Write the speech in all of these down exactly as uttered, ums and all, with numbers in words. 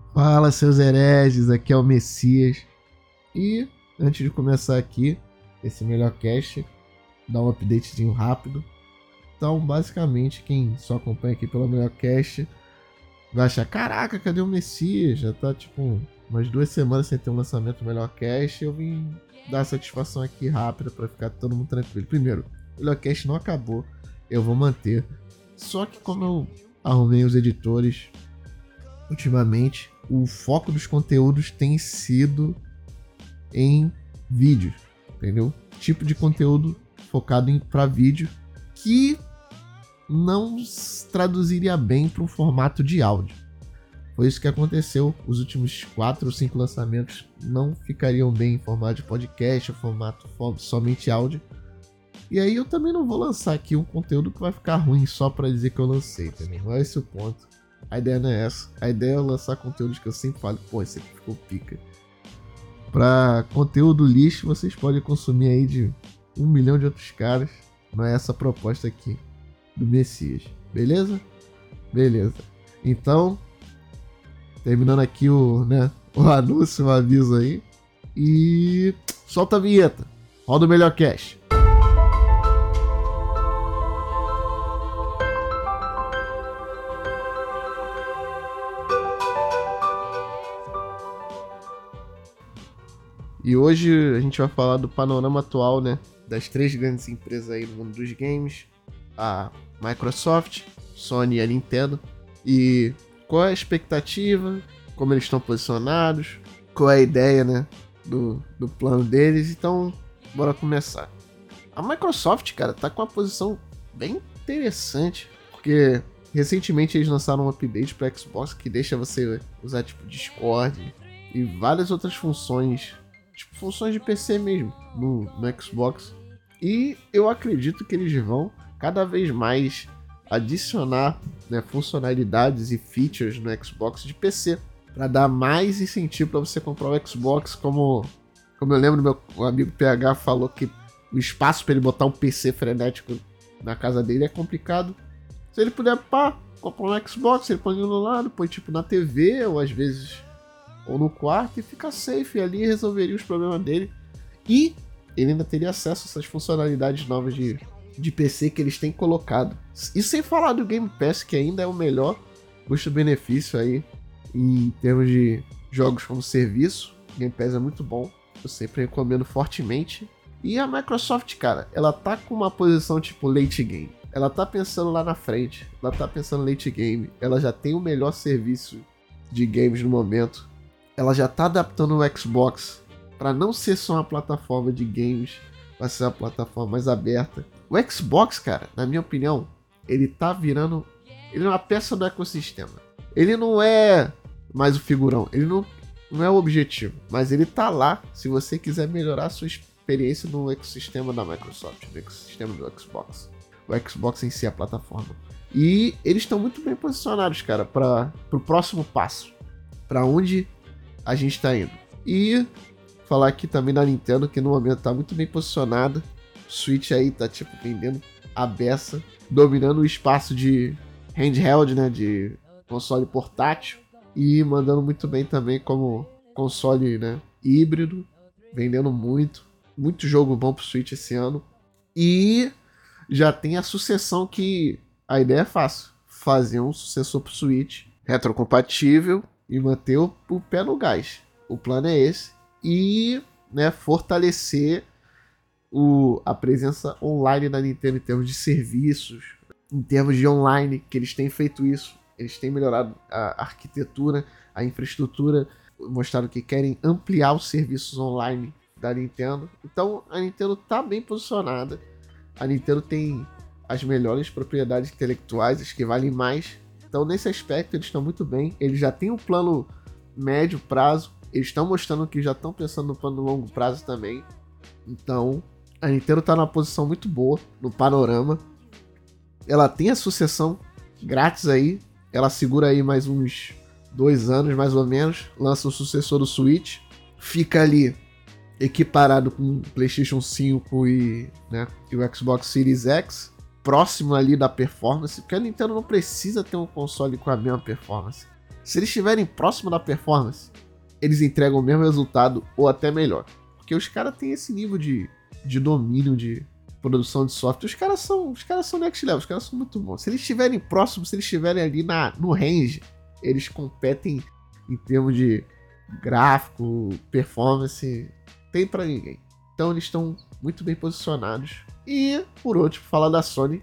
Fala, seus hereges, aqui é o Messias. E antes de começar aqui esse melhor cast, dar um updatezinho rápido. Então, basicamente, quem só acompanha aqui pelo melhor cast vai achar: caraca, cadê o Messias? Já tá tipo umas duas semanas sem ter um lançamento do melhor cast. Eu vim dar satisfação aqui rápida pra ficar todo mundo tranquilo. Primeiro, o melhor cast não acabou, eu vou manter. Só que como eu arrumei os editores ultimamente, o foco dos conteúdos tem sido em vídeo, entendeu? Tipo de conteúdo focado em para vídeo que não traduziria bem para um formato de áudio. Foi isso que aconteceu. Os últimos quatro ou cinco lançamentos não ficariam bem em formato de podcast, ou formato somente áudio. E aí eu também não vou lançar aqui um conteúdo que vai ficar ruim só para dizer que eu lancei, entendeu? Não é esse o ponto. A ideia não é essa. A ideia é lançar conteúdos que eu sempre falo: pô, esse aqui ficou pica. Pra conteúdo lixo, vocês podem consumir aí de um milhão de outros caras. Não é essa a proposta aqui do Messias. Beleza? Beleza. Então, terminando aqui o, né, o anúncio, o aviso aí. E solta a vinheta. Roda o melhor cast. E hoje a gente vai falar do panorama atual, né, das três grandes empresas aí no mundo dos games, a Microsoft, Sony e a Nintendo, e qual é a expectativa, como eles estão posicionados, qual é a ideia, né, do, do plano deles. Então, bora começar. A Microsoft, cara, tá com uma posição bem interessante, porque recentemente eles lançaram um update para Xbox que deixa você usar tipo Discord e várias outras funções, tipo funções de P C mesmo, no, no Xbox. E eu acredito que eles vão cada vez mais adicionar, né, funcionalidades e features no Xbox de P C, para dar mais incentivo para você comprar o Xbox. Como, como eu lembro, meu o amigo P H falou que o espaço para ele botar um P C frenético na casa dele é complicado. Se ele puder, pá, comprar um Xbox, ele põe no lado, põe tipo na T V, ou às vezes ou no quarto, e fica safe ali, resolveria os problemas dele. E ele ainda teria acesso a essas funcionalidades novas de, de P C que eles têm colocado. E sem falar do Game Pass, que ainda é o melhor custo-benefício aí em termos de jogos como serviço. O Game Pass é muito bom, eu sempre recomendo fortemente. E a Microsoft, cara, ela tá com uma posição tipo late game. Ela tá pensando lá na frente, ela tá pensando late game. Ela já tem o melhor serviço de games no momento. Ela já tá adaptando o Xbox para não ser só uma plataforma de games, vai ser uma plataforma mais aberta. O Xbox, cara, na minha opinião, ele tá virando, ele é uma peça do ecossistema. Ele não é mais o figurão, ele não, não é o objetivo, mas ele tá lá se você quiser melhorar a sua experiência no ecossistema da Microsoft, no ecossistema do Xbox. O Xbox em si, a plataforma. E eles estão muito bem posicionados, cara, para o próximo passo. Para onde a gente tá indo. E falar aqui também da Nintendo, que no momento tá muito bem posicionada. O Switch aí tá tipo vendendo a beça, dominando o espaço de handheld, né, de console portátil, e mandando muito bem também como console, né, híbrido, vendendo muito, muito jogo bom pro Switch esse ano. E já tem a sucessão, que a ideia é fácil: fazer um sucessor pro Switch retrocompatível e manter o, o pé no gás. O plano é esse. E, né, fortalecer o, a presença online da Nintendo em termos de serviços, em termos de online, que eles têm feito isso. Eles têm melhorado a arquitetura, a infraestrutura, mostraram que querem ampliar os serviços online da Nintendo. Então a Nintendo está bem posicionada. A Nintendo tem as melhores propriedades intelectuais, as que valem mais. Então, nesse aspecto, eles estão muito bem. Eles já têm um plano médio prazo. Eles estão mostrando que já estão pensando no plano longo prazo também. Então, a Nintendo está numa posição muito boa no panorama. Ela tem a sucessão grátis aí. Ela segura aí mais uns dois anos, mais ou menos. Lança o sucessor do Switch. Fica ali equiparado com o PlayStation cinco e, né, e o Xbox Series X. Próximo ali da performance, porque a Nintendo não precisa ter um console com a mesma performance. Se eles estiverem próximo da performance, eles entregam o mesmo resultado ou até melhor. Porque os caras têm esse nível de, de domínio de produção de software. Os caras são, os caras são next level, os caras são muito bons. Se eles estiverem próximos, se eles estiverem ali na, no range, eles competem em termos de gráfico, performance, tem pra ninguém. Então eles estão muito bem posicionados. E, por último, falar da Sony,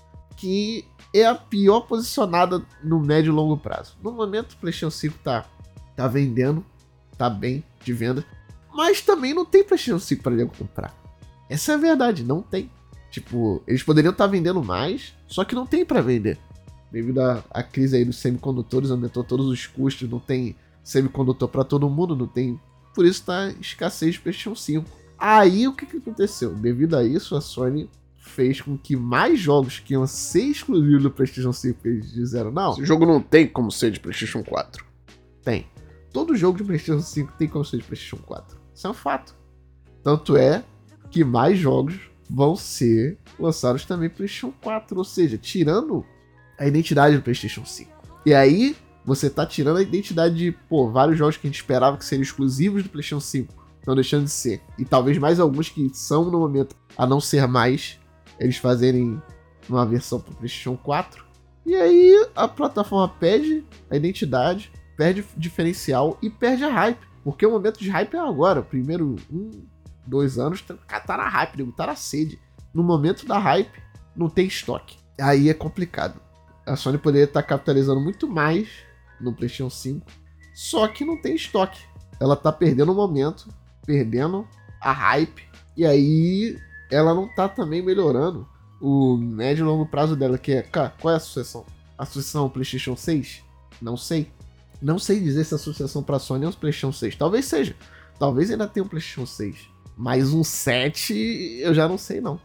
que é a pior posicionada no médio e longo prazo. No momento, o PlayStation cinco tá, tá vendendo, tá bem de venda, mas também não tem PlayStation cinco para nego comprar. Essa é a verdade, não tem. Tipo, eles poderiam estar tá vendendo mais, só que não tem para vender. Devido à, à crise aí dos semicondutores, aumentou todos os custos, não tem semicondutor para todo mundo, não tem. Por isso tá escassez de PlayStation cinco. Aí o que, que aconteceu? Devido a isso, a Sony fez com que mais jogos que iam ser exclusivos do PlayStation cinco, eles disseram, não, esse jogo não tem como ser de PlayStation quatro. Tem. Todo jogo de PlayStation cinco tem como ser de PlayStation quatro. Isso é um fato. Tanto é que mais jogos vão ser lançados também para PlayStation quatro, ou seja, tirando a identidade do PlayStation cinco. E aí, você tá tirando a identidade de, pô, vários jogos que a gente esperava que seriam exclusivos do PlayStation cinco, estão deixando de ser. E talvez mais alguns que são no momento a não ser mais, eles fazerem uma versão para PlayStation quatro. E aí, a plataforma perde a identidade, perde o diferencial e perde a hype. Porque o momento de hype é agora. Primeiro um, dois anos, tá, tá na hype, tá na sede. No momento da hype, não tem estoque. Aí é complicado. A Sony poderia estar capitalizando muito mais no PlayStation cinco, só que não tem estoque. Ela tá perdendo o momento, perdendo a hype, e aí ela não tá também melhorando o médio e longo prazo dela, que é, cara, qual é a sucessão? A sucessão PlayStation seis? Não sei. Não sei dizer se a sucessão pra Sony é o PlayStation seis. Talvez seja. Talvez ainda tenha um PlayStation seis. Mas um sete eu já não sei não.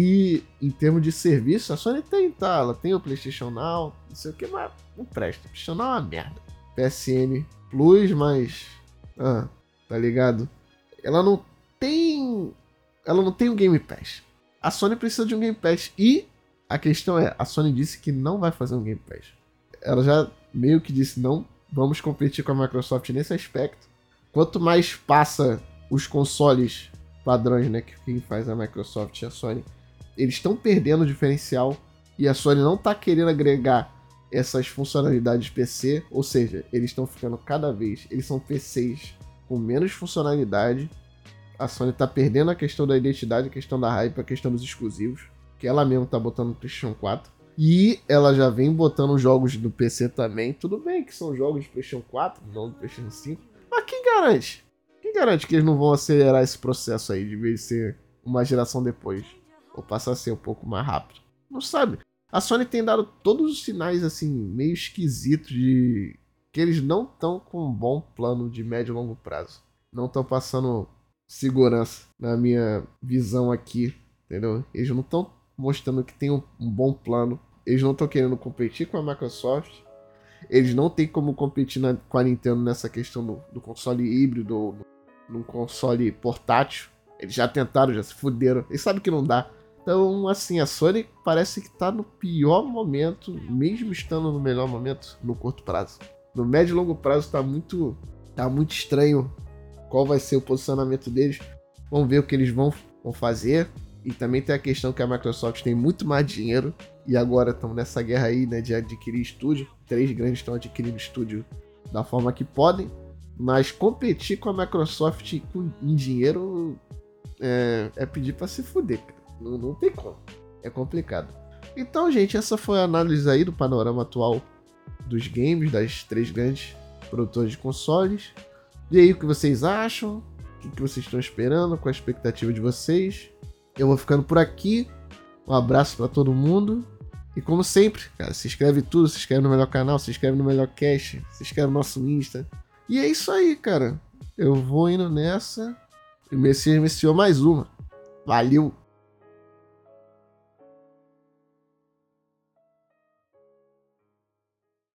E em termos de serviço, a Sony tem, tá? Ela tem o PlayStation Now, não sei o que, mas não presta. O PlayStation Now é uma merda. P S N Plus, mas... Ah, tá ligado? Ela não tem... Ela não tem um Game Pass. A Sony precisa de um Game Pass. E a questão é, a Sony disse que não vai fazer um Game Pass. Ela já meio que disse, não vamos competir com a Microsoft nesse aspecto. Quanto mais passa os consoles padrões, né, que quem faz a Microsoft e a Sony, eles estão perdendo o diferencial e a Sony não está querendo agregar essas funcionalidades P C, ou seja, eles estão ficando cada vez, eles são P Cs com menos funcionalidade. A Sony está perdendo a questão da identidade, a questão da hype, a questão dos exclusivos, que ela mesmo está botando no PlayStation quatro. E ela já vem botando jogos do P C também. Tudo bem que são jogos de PlayStation quatro, não do PlayStation cinco. Mas quem garante? Quem garante que eles não vão acelerar esse processo aí, de vez de ser uma geração depois? Ou passar a ser um pouco mais rápido? Não sabe. A Sony tem dado todos os sinais, assim, meio esquisitos de que eles não estão com um bom plano de médio e longo prazo. Não estão passando segurança na minha visão aqui, entendeu? Eles não estão mostrando que tem um, um bom plano. Eles não estão querendo competir com a Microsoft. Eles não têm como competir na, com a Nintendo nessa questão do, do console híbrido ou num console portátil. Eles já tentaram, já se fuderam. Eles sabem que não dá. Então, assim, a Sony parece que tá no pior momento, mesmo estando no melhor momento, no curto prazo. No médio e longo prazo tá muito, tá muito estranho qual vai ser o posicionamento deles. Vamos ver o que eles vão, vão fazer. E também tem a questão que a Microsoft tem muito mais dinheiro e agora estão nessa guerra aí, né, de adquirir estúdio. Três grandes estão adquirindo estúdio da forma que podem, mas competir com a Microsoft com, em dinheiro é, é pedir para se fuder, cara. Não, não tem como. É complicado. Então, gente, essa foi a análise aí do panorama atual dos games, das três grandes produtoras de consoles. E aí, o que vocês acham? O que, que vocês estão esperando? Qual a expectativa de vocês? Eu vou ficando por aqui. Um abraço pra todo mundo. E como sempre, cara, se inscreve tudo, se inscreve no melhor canal, se inscreve no melhor cast, se inscreve no nosso Insta. E é isso aí, cara. Eu vou indo nessa. E o Messias me ensinou mais uma. Valeu!